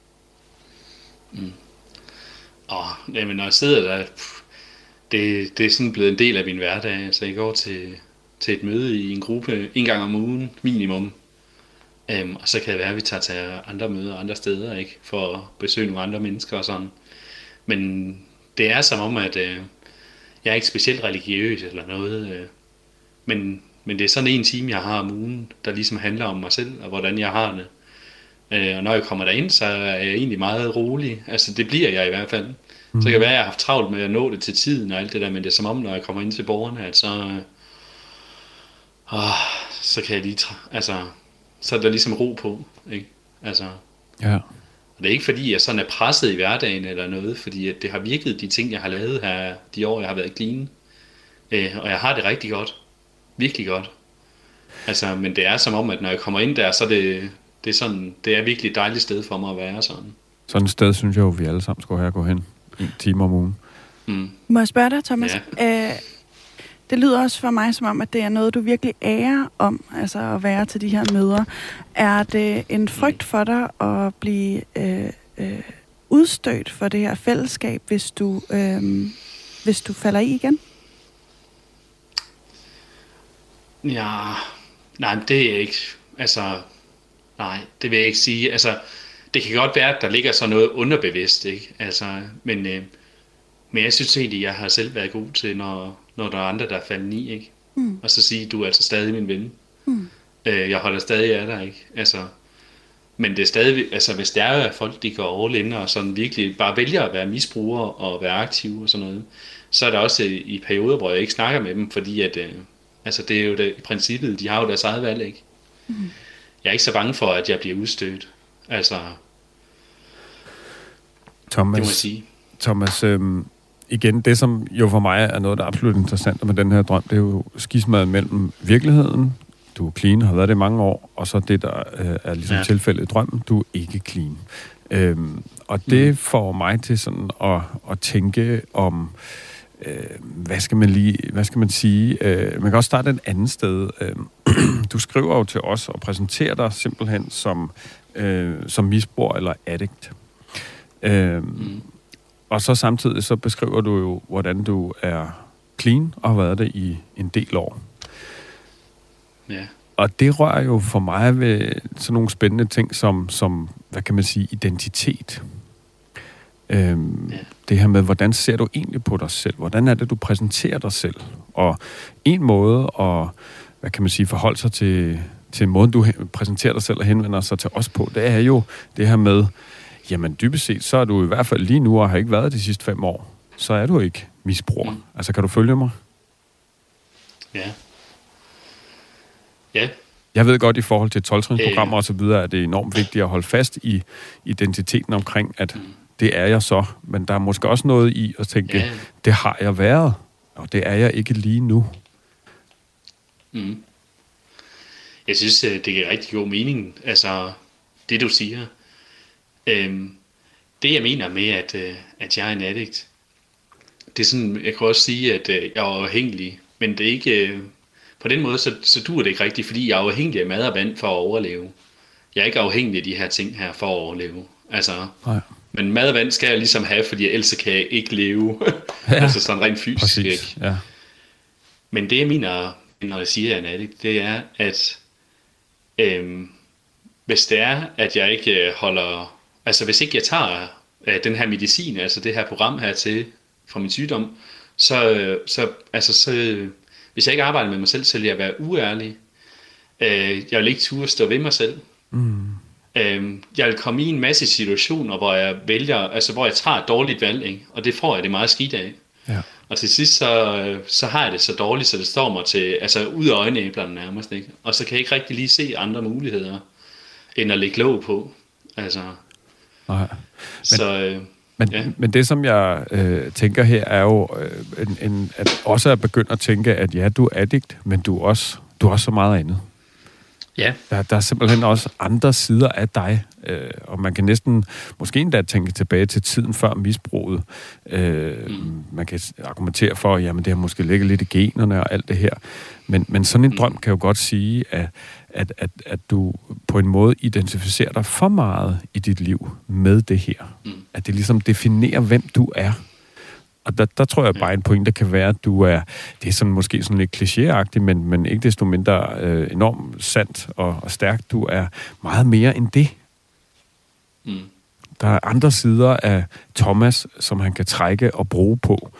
Jamen, når jeg sidder der, det er sådan blevet en del af min hverdag. Altså, jeg går til et møde i en gruppe 1 gang om ugen, minimum. Og så kan det være, at vi tager til andre møder andre steder, ikke? For at besøge nogle andre mennesker og sådan. Men det er som om, at jeg er ikke specielt religiøs eller noget. Men det er sådan 1 time, jeg har om ugen, der ligesom handler om mig selv og hvordan jeg har det. Og når jeg kommer derind, så er jeg egentlig meget rolig. Altså, det bliver jeg i hvert fald. Så kan det være, at jeg har haft travlt med at nå det til tiden og alt det der, men det er som om, når jeg kommer ind til borgerne, at så kan jeg lige, så er der ligesom ro på, ikke? Altså, ja. Og det er ikke fordi, jeg sådan er presset i hverdagen eller noget, fordi at det har virket, de ting, jeg har lavet her, de år, jeg har været clean. Og jeg har det rigtig godt. Virkelig godt. Altså, men det er som om, at når jeg kommer ind der, så det er sådan, det er virkelig et dejligt sted for mig at være sådan. Sådan et sted, synes jeg jo, vi alle sammen skal gå hen 1 time om ugen. Må jeg spørge dig, Thomas? Ja. Det lyder også for mig som om, at det er noget, du virkelig ærer om, altså at være til de her møder. Er det en frygt for dig at blive udstødt for det her fællesskab, hvis du falder i igen? Ja, nej, det er ikke. Altså, nej, det vil jeg ikke sige. Altså, det kan godt være, at der ligger sådan noget underbevidst, ikke? Altså, men jeg synes egentlig, at jeg har selv været god til, når der er andre, der er faldet i, ikke? Og så sige, du er altså stadig min ven. Jeg holder stadig af dig, ikke? Altså, men det er stadig, altså hvis der er folk, de går all in og sådan virkelig bare vælger at være misbrugere og være aktive og sådan noget, så er der også i perioder, hvor jeg ikke snakker med dem, fordi at, altså det er jo det, i princippet, de har jo deres eget valg, ikke? Jeg er ikke så bange for, at jeg bliver udstødt. Altså, Thomas, det må jeg sige. Thomas, igen, det som jo for mig er noget, der er absolut interessant med den her drøm, det er jo skismadet mellem virkeligheden, du er clean, har været det i mange år, og så det, der er ligesom tilfældet i drømmen, du er ikke clean. Og det får mig til sådan at tænke om, hvad skal man sige? Man kan også starte et andet sted. Du skriver jo til os og præsenterer dig simpelthen som misbruger eller addict. Og så samtidig så beskriver du jo, hvordan du er clean og har været det i en del år. Ja. Og det rører jo for mig ved sådan nogle spændende ting som hvad kan man sige, identitet. Det her med, hvordan ser du egentlig på dig selv? Hvordan er det, du præsenterer dig selv? Og en måde at, hvad kan man sige, forholde sig til måden, du præsenterer dig selv og henvender sig til os på, det er jo det her med, jamen dybest set, så er du i hvert fald lige nu, og har ikke været de sidste 5 år, så er du ikke misbruger. Altså, kan du følge mig? Ja. Ja. Jeg ved godt, i forhold til 12-trinsprogrammer og så videre, er det enormt vigtigt at holde fast i identiteten omkring, at det er jeg så. Men der er måske også noget i at tænke, det har jeg været, og det er jeg ikke lige nu. Jeg synes, det giver rigtig god mening, altså det du siger. Det jeg mener med, at jeg er en addict, det er sådan, jeg kan også sige, at jeg er afhængig, men det er ikke, på den måde, så duer det ikke rigtigt, fordi jeg er afhængig af mad og vand for at overleve. Jeg er ikke afhængig af de her ting her for at overleve. Altså, men mad og vand skal jeg ligesom have, fordi ellers kan jeg ikke leve. Altså sådan rent fysisk. Ikke? Ja. Men det jeg mener, når jeg siger, at jeg er en addict, det er, at hvis det er, at jeg ikke holder, altså hvis ikke jeg tager den her medicin, altså det her program her til fra min sygdom, så hvis jeg ikke arbejder med mig selv, så vil jeg være uærlig. Jeg vil ikke turde stå ved mig selv. Jeg vil komme i en masse situationer, hvor jeg vælger, altså hvor jeg tager et dårligt valg, ikke? Og det får jeg det meget skidt af. Ja. Og til sidst så har jeg det så dårligt, så det står mig til, altså ud af øjenæblerne nærmest, ikke? Og så kan jeg ikke rigtig lige se andre muligheder, end at lægge låg på. Altså. Nej. Men det, som jeg tænker her, er jo at også at begynde at tænke, at ja, du er addict, men du er også så meget andet. Ja. Der er simpelthen også andre sider af dig, og man kan næsten, måske endda tænke tilbage til tiden før misbruget. Man kan argumentere for, jamen det har måske ligget lidt i generne og alt det her. Men sådan en drøm kan jo godt sige, at du på en måde identificerer dig for meget i dit liv med det her. At det ligesom definerer, hvem du er. Og der tror jeg bare en pointe kan være, at du er, det er sådan måske sådan lidt klichéagtigt, men ikke desto mindre enormt sandt og stærkt. Du er meget mere end det. Der er andre sider af Thomas, som han kan trække og bruge på.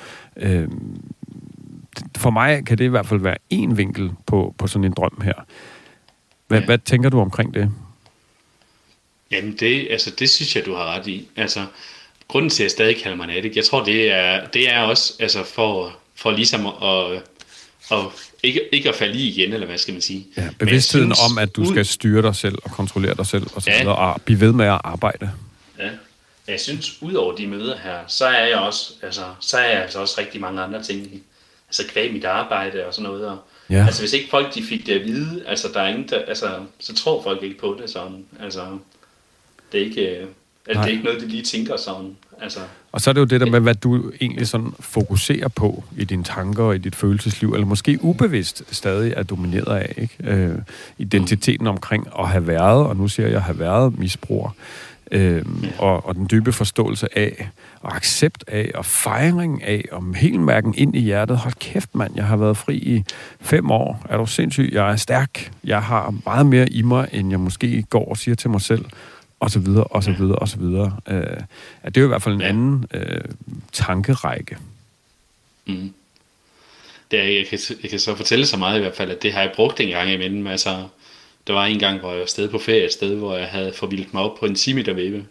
For mig kan det i hvert fald være en vinkel på sådan en drøm her. Hvad tænker du omkring det? Jamen det synes jeg, du har ret i. Altså, grunden til, at jeg stadig kalder mig en addict, jeg tror, det er også altså for ligesom og ikke at falde i igen, eller hvad skal man sige. Ja, bevidstheden om, at du skal styre dig selv og kontrollere dig selv, og så videre, og blive ved med at arbejde. Ja, jeg synes, ud over de møder her, så er jeg altså også rigtig mange andre ting. Altså kvæg mit arbejde og sådan noget. Og, altså hvis ikke folk de fik det at vide, altså der er ingen, så tror folk ikke på det sådan. Altså det er ikke... det er ikke noget, de lige tænker sådan. Altså, og så er det jo det der med, hvad du egentlig sådan fokuserer på i dine tanker og i dit følelsesliv, eller måske ubevidst stadig er domineret af, ikke? Identiteten omkring at have været, og nu siger jeg have været misbruger, og den dybe forståelse af, og accept af, og fejring af, og helt mærken ind i hjertet. Hold kæft, mand, jeg har været fri i 5 år. Er du sindssyg? Jeg er stærk. Jeg har meget mere i mig, end jeg måske går og siger til mig selv. Og så videre, og så videre, og så videre. Det er jo i hvert fald en anden tankerække. Mm. Jeg kan så fortælle så meget i hvert fald, at det har jeg brugt en gang imellem. Altså, der var en gang, hvor jeg var afsted på ferie, et sted, hvor jeg havde forvildet mig op på en 10-meter-vægge.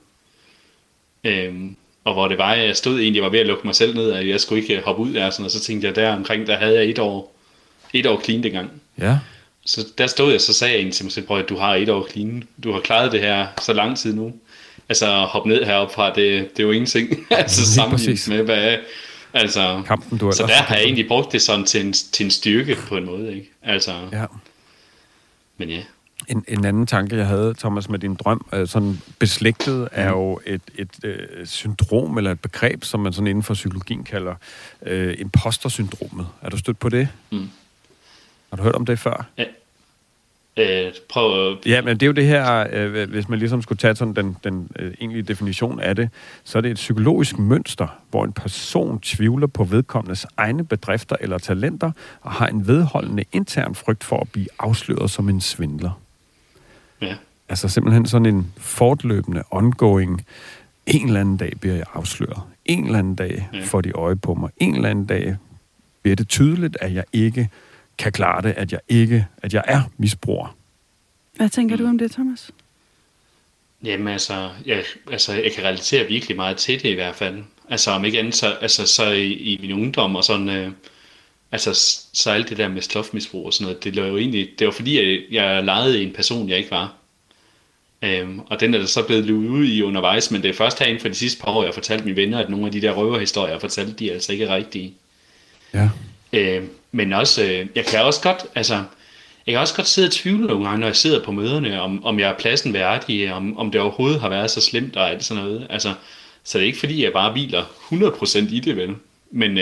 Og hvor det var, jeg stod egentlig, var ved at lukke mig selv ned, at jeg skulle ikke hoppe ud der, sådan, og så tænkte jeg der omkring, der havde jeg et år clean dengang. Ja. Så der stod jeg, så sagde jeg egentlig til mig selv, at du har 1 år clean. Du har klaret det her så lang tid nu. Altså, hoppe ned heroppe fra, det er jo ingenting. Altså, sammenlignet med, hvad altså, kampen, du så der har jeg egentlig brugt det sådan til en styrke på en måde, ikke? Altså, ja. Men ja. En anden tanke, jeg havde, Thomas, med din drøm, sådan beslægtet, er jo et syndrom, eller et begreb, som man sådan inden for psykologien kalder imposter-syndromet. Er du stødt på det? Mm. Har du hørt om det før? Ja. Prøv at... Ja, men det er jo det her, hvis man ligesom skulle tage sådan den egentlige definition af det, så er det et psykologisk mønster, hvor en person tvivler på vedkommendes egne bedrifter eller talenter, og har en vedholdende intern frygt for at blive afsløret som en svindler. Ja. Altså simpelthen sådan en fortløbende, ongoing, en eller anden dag bliver jeg afsløret. En eller anden dag får de øje på mig. En eller anden dag bliver det tydeligt, at jeg ikke kan klare det, at jeg er misbruger. Hvad tænker du om det, Thomas? Jamen jeg kan relatere virkelig meget til det i hvert fald. Altså om ikke andet, så i min ungdom og sådan, så alt det der med stofmisbrug og sådan noget, det var fordi, jeg legede en person, jeg ikke var. Og den er der så blevet løbet ud i undervejs, men det er først herinde for de sidste par år, jeg har fortalt mine venner, at nogle af de der røverhistorier, jeg har fortalt, de er altså ikke rigtige. Ja. Men også, jeg kan også godt sidde og tvivle nogle gange, når jeg sidder på møderne, om jeg er pladsen værdig, om det overhovedet har været så slemt og alt sådan noget. Altså, så det er ikke fordi, jeg bare hviler 100% i det, vel? Men,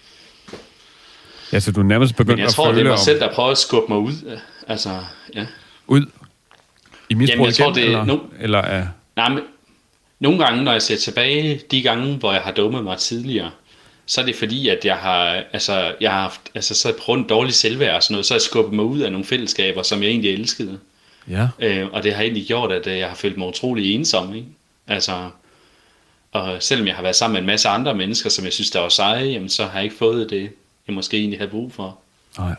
ja, så du er nærmest begyndt at føle... jeg tror, det er mig selv, der prøver at skubbe mig ud. Altså, ja. Ud? I misbrug igen, jeg tror, det eller nej, men nogle gange, når jeg ser tilbage, de gange, hvor jeg har dummet mig tidligere, så er det fordi, at jeg har haft så på grund af dårlig selvværd og sådan noget, så har jeg skubbet mig ud af nogle fællesskaber, som jeg egentlig elskede. Ja. Og det har egentlig gjort, at jeg har følt mig utrolig ensom, ikke? Altså, og selvom jeg har været sammen med en masse andre mennesker, som jeg synes, der var seje, jamen, så har jeg ikke fået det, jeg måske egentlig havde brug for. Nej.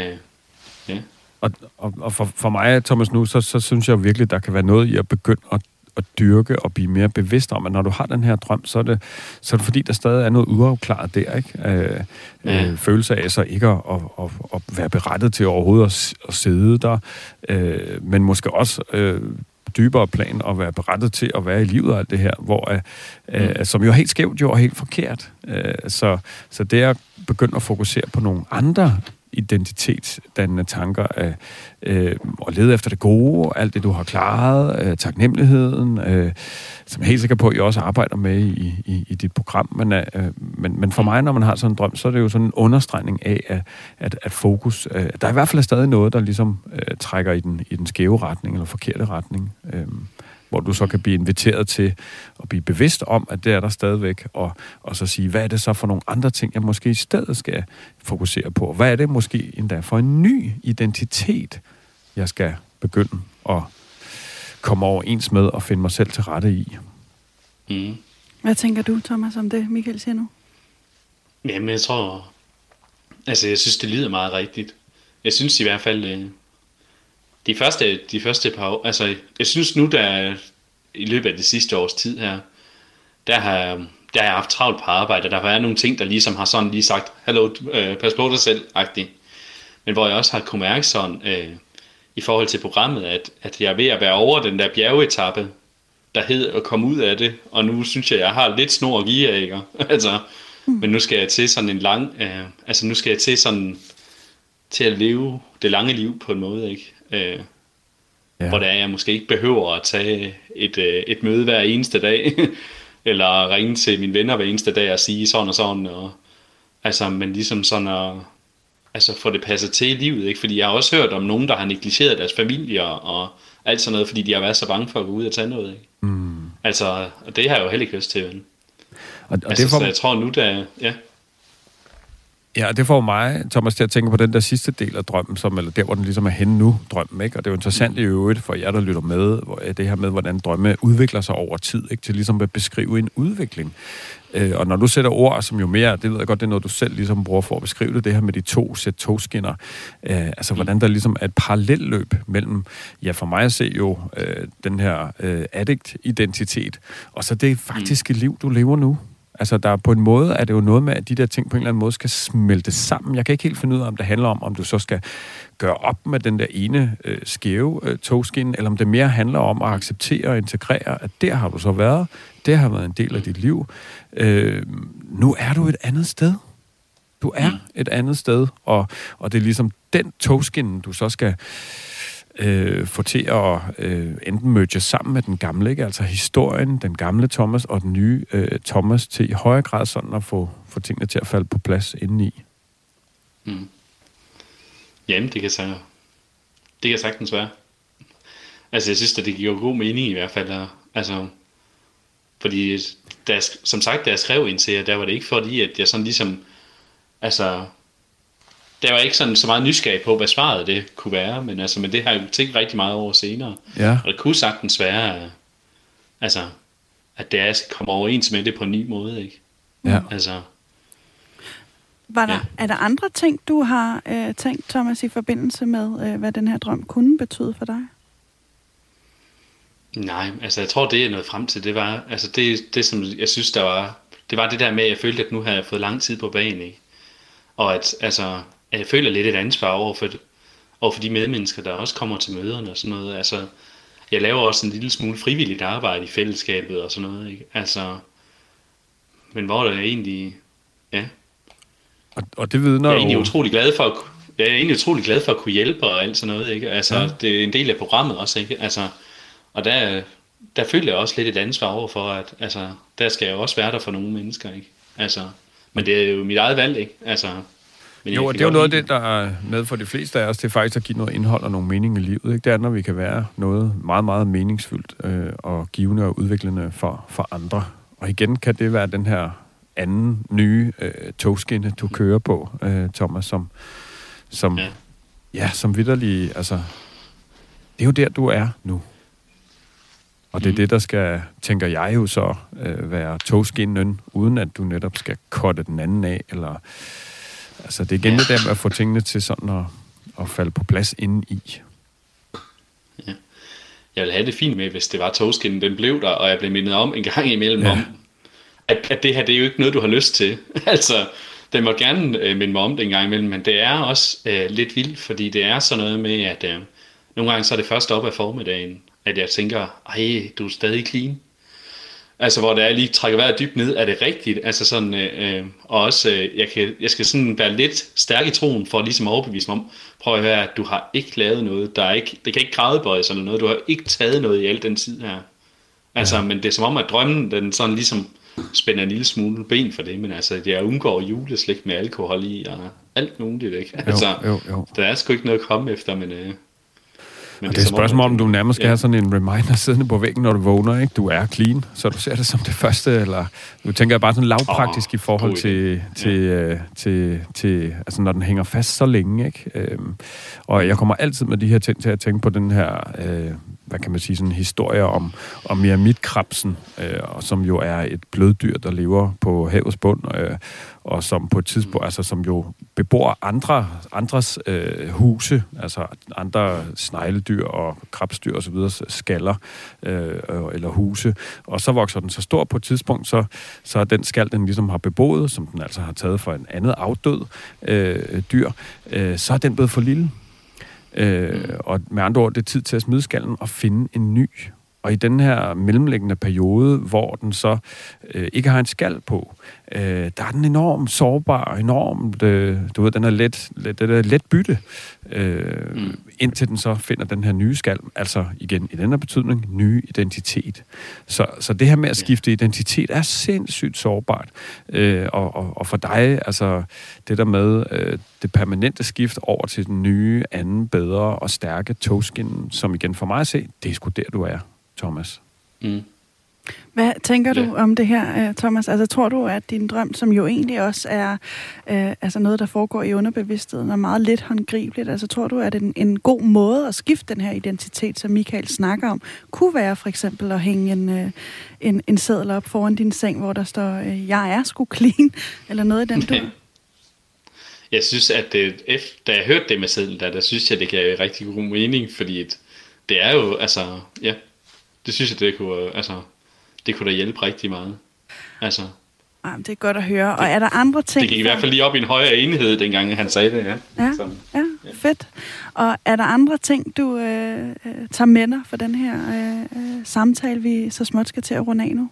Ja. Og for mig, Thomas, nu, så synes jeg virkelig, der kan være noget i at begynde at dyrke og blive mere bevidst om, at når du har den her drøm, så er det fordi, der stadig er noget uafklaret der, ikke? Følelse af så ikke at være berettet til overhovedet at sidde der, men måske også dybere plan at være berettet til at være i livet af alt det her, hvor som jo er helt skævt jo og helt forkert. Så det er at begynde at fokusere på nogle andre identitetsdannende tanker af og lede efter det gode, alt det, du har klaret, taknemmeligheden, som jeg er helt sikker på, at I også arbejder med i dit program. Men for mig, når man har sådan en drøm, så er det jo sådan en understregning af, at fokus... der er i hvert fald stadig noget, der ligesom trækker i den skæve retning, eller forkerte retning, hvor du så kan blive inviteret til at blive bevidst om, at det er der stadigvæk, og så sige, hvad er det så for nogle andre ting, jeg måske i stedet skal fokusere på? Hvad er det måske endda for en ny identitet, jeg skal begynde at komme overens med og finde mig selv til rette i? Mm. Hvad tænker du, Thomas, om det, Michael siger nu? Jamen, jeg tror... Altså, jeg synes, det lyder meget rigtigt. Jeg synes i hvert fald... De første par år, altså jeg synes nu, der i løbet af det sidste års tid her, der har jeg haft travlt på arbejde, og der er nogle ting, der ligesom har sådan lige sagt, hallo, pas på dig selv, agtigt. men hvor jeg også har kunnet mærke sådan, i forhold til programmet, at jeg er ved at være over den der bjergetappe, der hed at komme ud af det, og nu synes jeg har lidt snor at give af, ikke? Altså, men nu skal jeg til sådan en lang, nu skal jeg til sådan, til at leve det lange liv på en måde, ikke? Hvor det er, jeg måske ikke behøver at tage et møde hver eneste dag, eller ringe til mine venner hver eneste dag og sige sådan og sådan, og, men ligesom sådan at få det passet til i livet, ikke? Fordi jeg har også hørt om nogen, der har negligeret deres familier og alt sådan noget, fordi de har været så bange for at gå ud og tage noget, ikke? Og det har jeg jo heller ikke lyst til, vel? Og det får... Så jeg tror nu, Ja, det får mig, Thomas, til at tænke på den der sidste del af drømmen, eller der, hvor den ligesom er henne nu, drømmen, ikke? Og det er jo interessant i øvrigt for jer, der lytter med, det her med, hvordan drømme udvikler sig over tid, ikke? Til ligesom at beskrive en udvikling. Og når du sætter ord, som jo mere, det ved jeg godt, det er noget, du selv ligesom bruger for at beskrive det her med de to sæt togskinner. Hvordan der ligesom er et parallelløb mellem, for mig at se jo, den her addict-identitet, og så det faktiske liv, du lever nu. Altså, der på en måde er det jo noget med, at de der ting på en eller anden måde skal smelte sammen. Jeg kan ikke helt finde ud af, om det handler om du så skal gøre op med den der ene skæve togskinne, eller om det mere handler om at acceptere og integrere, at der har du så været, det har været en del af dit liv. Nu er du et andet sted. Du er et andet sted, og det er ligesom den togskinne, du så skal få til at enten merge sammen med den gamle, ikke? Altså historien, den gamle Thomas og den nye Thomas, til i højere grad sådan at få tingene til at falde på plads indeni. Jamen, det kan sagtens være. Altså, jeg synes, at det giver god mening i hvert fald. Altså, fordi, som sagt, da jeg skrev ind til jer, der var det ikke fordi, at jeg sådan ligesom, der var ikke sådan så meget nysgerrig på, hvad svaret det kunne være, men det har jeg jo tænkt rigtig meget over senere. Ja. Og det kunne sagtens være, at det er, jeg skal komme overens med det på en ny måde, ikke? Ja. Er der andre ting, du har tænkt, Thomas, i forbindelse med, hvad den her drøm kunne betyde for dig? Nej, jeg tror, det er noget frem til. Det var, det som jeg synes, det var det der med, at jeg følte, at nu har jeg fået lang tid på banen, ikke? Og at jeg føler lidt et ansvar over for de medmennesker, der også kommer til møderne og sådan noget. Jeg laver også en lille smule frivilligt arbejde i fællesskabet og sådan noget, ikke? Men hvor der egentlig, Og det vidner jeg er egentlig utrolig glad for at kunne hjælpe og alt sådan noget, ikke? Det er en del af programmet også, ikke? Og der føler jeg også lidt et ansvar over for, at der skal jeg også være der for nogle mennesker, ikke? Men det er jo mit eget valg, ikke? Jo, og det er jo noget af det, der er med for de fleste af os, det er faktisk at give noget indhold og nogle mening i livet, ikke? Det er, når vi kan være noget meget, meget meningsfyldt og givende og udviklende for andre. Og igen kan det være den her anden nye togskinne, du kører på, Thomas, som vitterlig, det er jo der, du er nu. Og det er det, der skal, tænker jeg jo så, være togskinnen, uden at du netop skal cutte den anden af, eller... det er igen det der med at få tingene til sådan at falde på plads inden i. Ja. Jeg ville have det fint med, hvis det var togskinnen, den blev der, og jeg blev mindet om en gang imellem om, at det her, det er jo ikke noget, du har lyst til. Den må gerne minde mig om det en gang imellem, men det er også lidt vildt, fordi det er sådan noget med, at nogle gange så er det først op ad formiddagen, at jeg tænker, du er stadig clean. Hvor der lige trækker vejret dybt ned, er det rigtigt? Og også, jeg skal sådan være lidt stærk i troen, for ligesom at overbevise mig om, prøv at høre, at du har ikke lavet noget, det kan ikke gradbøjes eller noget, du har ikke taget noget i al den tid her. Men det er som om, at drømmen, den sådan ligesom spænder en lille smule ben for det, men jeg undgår juleslik med alkohol i, og alt muligt, ikke? Jo. Der er sgu ikke noget at komme efter, men og det er et spørgsmål, om du nærmest skal have sådan en reminder siddende på væggen, når du vågner, ikke? Du er clean, så du ser det som det første, eller... Nu tænker jeg bare sådan lavpraktisk i forhold til når den hænger fast så længe, ikke? Og jeg kommer altid med de her ting til at tænke på den her hvad kan man sige, sådan historier om miramitkrabsen, og som jo er et bløddyr, der lever på havets bund, og som på et tidspunkt, altså som jo bebor andres huse, altså andre snegledyr og krabstyr og så videre, skaller eller huse, og så vokser den så stor på et tidspunkt, så er den skal, den ligesom har beboet, som den altså har taget for en andet afdød dyr, så er den blevet for lille. Og med andre ord, det er tid til at smide skallen og finde en ny. Og i den her mellemliggende periode, hvor den så ikke har en skal på, der er den enormt sårbar, enormt, du ved, den er let bytte, indtil den så finder den her nye skal, altså igen i den her betydning, nye identitet. Så det her med at skifte identitet er sindssygt sårbart. Og for dig, altså det der med det permanente skift over til den nye, anden, bedre og stærke togskin, som igen for mig at se, det er sgu der, du er, Thomas. Hvad tænker du om det her, Thomas? Altså, tror du, at din drøm, som jo egentlig også er altså noget, der foregår i underbevidstheden, er meget lidt håndgribeligt, altså tror du, at en god måde at skifte den her identitet, som Michael snakker om, kunne være for eksempel at hænge en seddel op foran din seng, hvor der står, jeg er sgu clean, eller noget i den du? Jeg synes, at da jeg hørte det med sedlen, der synes jeg, det gav rigtig god mening, fordi det er jo, altså, ja, det synes jeg, det kunne da hjælpe rigtig meget. Altså. Det er godt at høre. Og er der andre ting? Det gik i hvert fald lige op i en højere enhed, dengang han sagde det, ja. Ja, fedt. Og er der andre ting, du tager med dig for den her samtale, vi så småt skal til at runde af nu?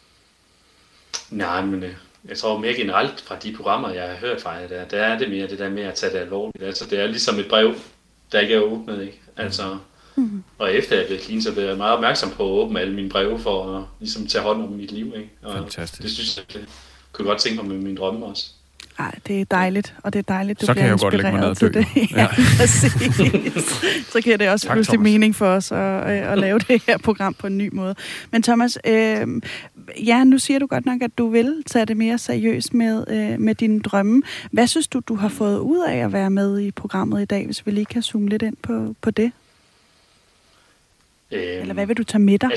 Nej, men jeg tror mere generelt fra de programmer, jeg har hørt fra jer, der er det mere det der med at tage det alvorligt. Altså, det er ligesom et brev, der ikke er åbnet, ikke? Altså. Og efter jeg blev clean, så blev jeg meget opmærksom på at åbne alle mine breve for at ligesom tage hånd om mit liv, ikke? Og fantastisk. Det synes jeg, det kunne godt tænke mig med mine drømme også. Ej, det er dejligt, og det er dejligt, du så bliver inspireret til det. Ja, præcis. Så giver det også pludselig mening for os at lave det her program på en ny måde. Men Thomas, nu siger du godt nok, at du vil tage det mere seriøst med dine drømme. Hvad synes du har fået ud af at være med i programmet i dag, hvis vi lige kan zoome lidt ind på det? Eller hvad vil du tage med dig?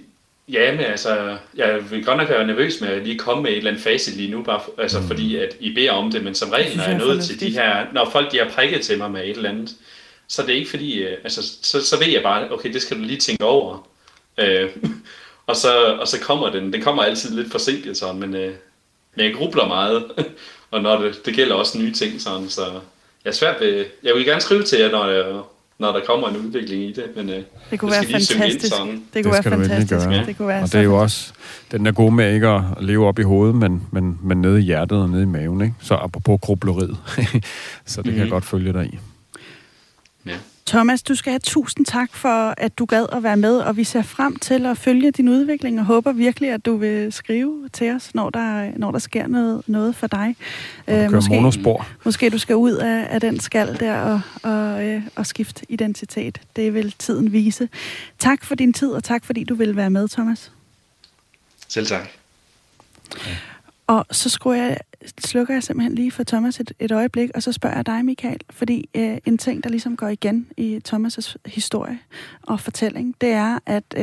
Jeg vil godt nok være nervøs med at lige komme med et eller andet facit lige nu, bare, fordi at I beder om det, men som regel, når jeg er nået til de her, når folk de har prikket til mig med et eller andet, så er det ikke fordi, så ved jeg bare, okay, det skal du lige tænke over. Og så kommer den kommer altid lidt forsinket sådan, men jeg grubler meget, og når det gælder også nye ting sådan, så jeg er svært ved, jeg vil gerne skrive til jer, når der kommer en udvikling i det, men det kunne være fantastisk. Det kunne være fantastisk. Det kunne være og det er jo også den der gode med ikke at leve op i hovedet, men nede i hjertet og nede i maven, ikke? Så apropos grubleriet. Så det kan jeg godt følge dig i. Ja. Thomas, du skal have 1000 tak for, at du gad at være med, og vi ser frem til at følge din udvikling, og håber virkelig, at du vil skrive til os, når der sker noget for dig. Måske du skal ud af den skal der og skifte identitet. Det vil tiden vise. Tak for din tid, og tak fordi du vil være med, Thomas. Selv tak. Okay. Og så slukker jeg simpelthen lige for Thomas et øjeblik, og så spørger jeg dig, Michael, fordi en ting, der ligesom går igen i Thomas' historie og fortælling, det er,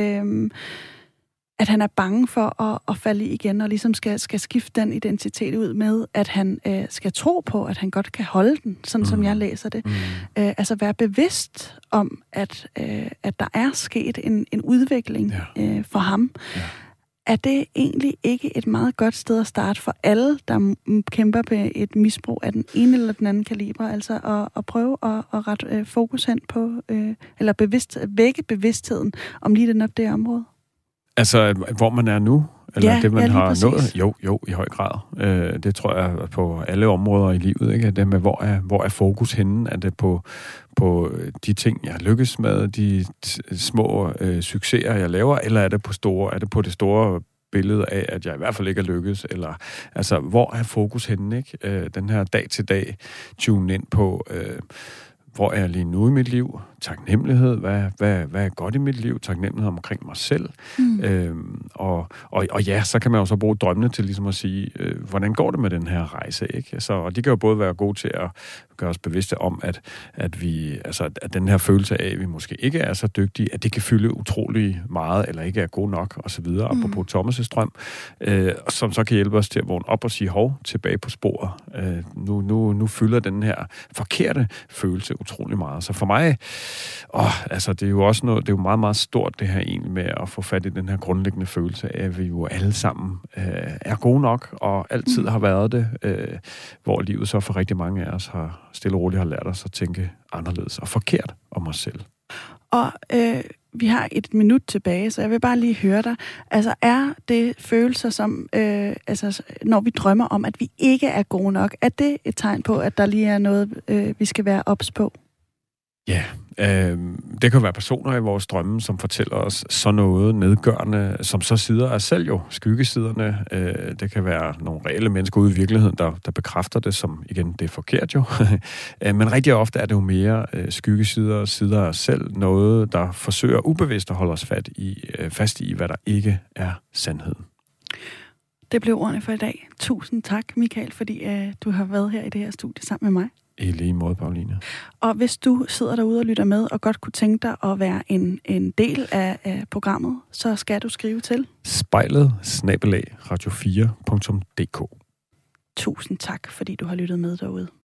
at han er bange for at falde i igen, og ligesom skal skifte den identitet ud med, at han skal tro på, at han godt kan holde den, sådan som jeg læser det. Altså være bevidst om, at der er sket en udvikling for ham. Ja. Er det egentlig ikke et meget godt sted at starte for alle, der kæmper med et misbrug af den ene eller den anden kaliber? Altså at prøve at rette fokus hen på, eller vække bevidstheden om lige det område? Altså, hvor man er nu? Eller det, man har præcis. nået? Jo, i høj grad. Det tror jeg på alle områder i livet. Ikke? Det med, hvor er fokus henne? Er det på de ting, jeg lykkes med, de små succeser, jeg laver, eller er det på det store billede af, at jeg i hvert fald ikke er lykkes? Eller, altså, hvor er fokus henne? Ikke? Den her dag-til-dag tune ind på, hvor er jeg lige nu i mit liv? taknemmelighed. Hvad er godt i mit liv? Taknemmelighed omkring mig selv. Og ja, så kan man jo så bruge drømmene til ligesom at sige, hvordan går det med den her rejse, ikke? Så, og de kan jo både være gode til at gøre os bevidste om, at den her følelse af, at vi måske ikke er så dygtige, at det kan fylde utrolig meget, eller ikke er god nok, og så videre, apropos Thomas' drøm, som så kan hjælpe os til at vågne op og sige, tilbage på sporet. Nu fylder den her forkerte følelse utrolig meget. Så for mig, det er jo også noget, det er jo meget, meget stort, det her egentlig med at få fat i den her grundlæggende følelse af, at vi jo alle sammen er gode nok, og altid har været det, hvor livet så for rigtig mange af os har stille og roligt har lært os at tænke anderledes og forkert om os selv. Og vi har 1 minut tilbage, så jeg vil bare lige høre dig. Altså, er det følelser, som, når vi drømmer om, at vi ikke er gode nok, er det et tegn på, at der lige er noget, vi skal være ops på? Ja, det kan være personer i vores drømme, som fortæller os så noget nedgørende, som så sider af selv jo, skyggesiderne. Det kan være nogle reelle mennesker ude i virkeligheden, der bekræfter det, som igen, det er forkert jo. Men rigtig ofte er det jo mere skyggesider, sider af selv, noget, der forsøger ubevidst at holde os fast i, hvad der ikke er sandheden. Det blev ordene for i dag. Tusind tak, Michael, fordi du har været her i det her studie sammen med mig. I lige måde, Pauline. Og hvis du sidder derude og lytter med, og godt kunne tænke dig at være en del af programmet, så skal du skrive til spejlet@radio4.dk. Tusind tak, fordi du har lyttet med derude.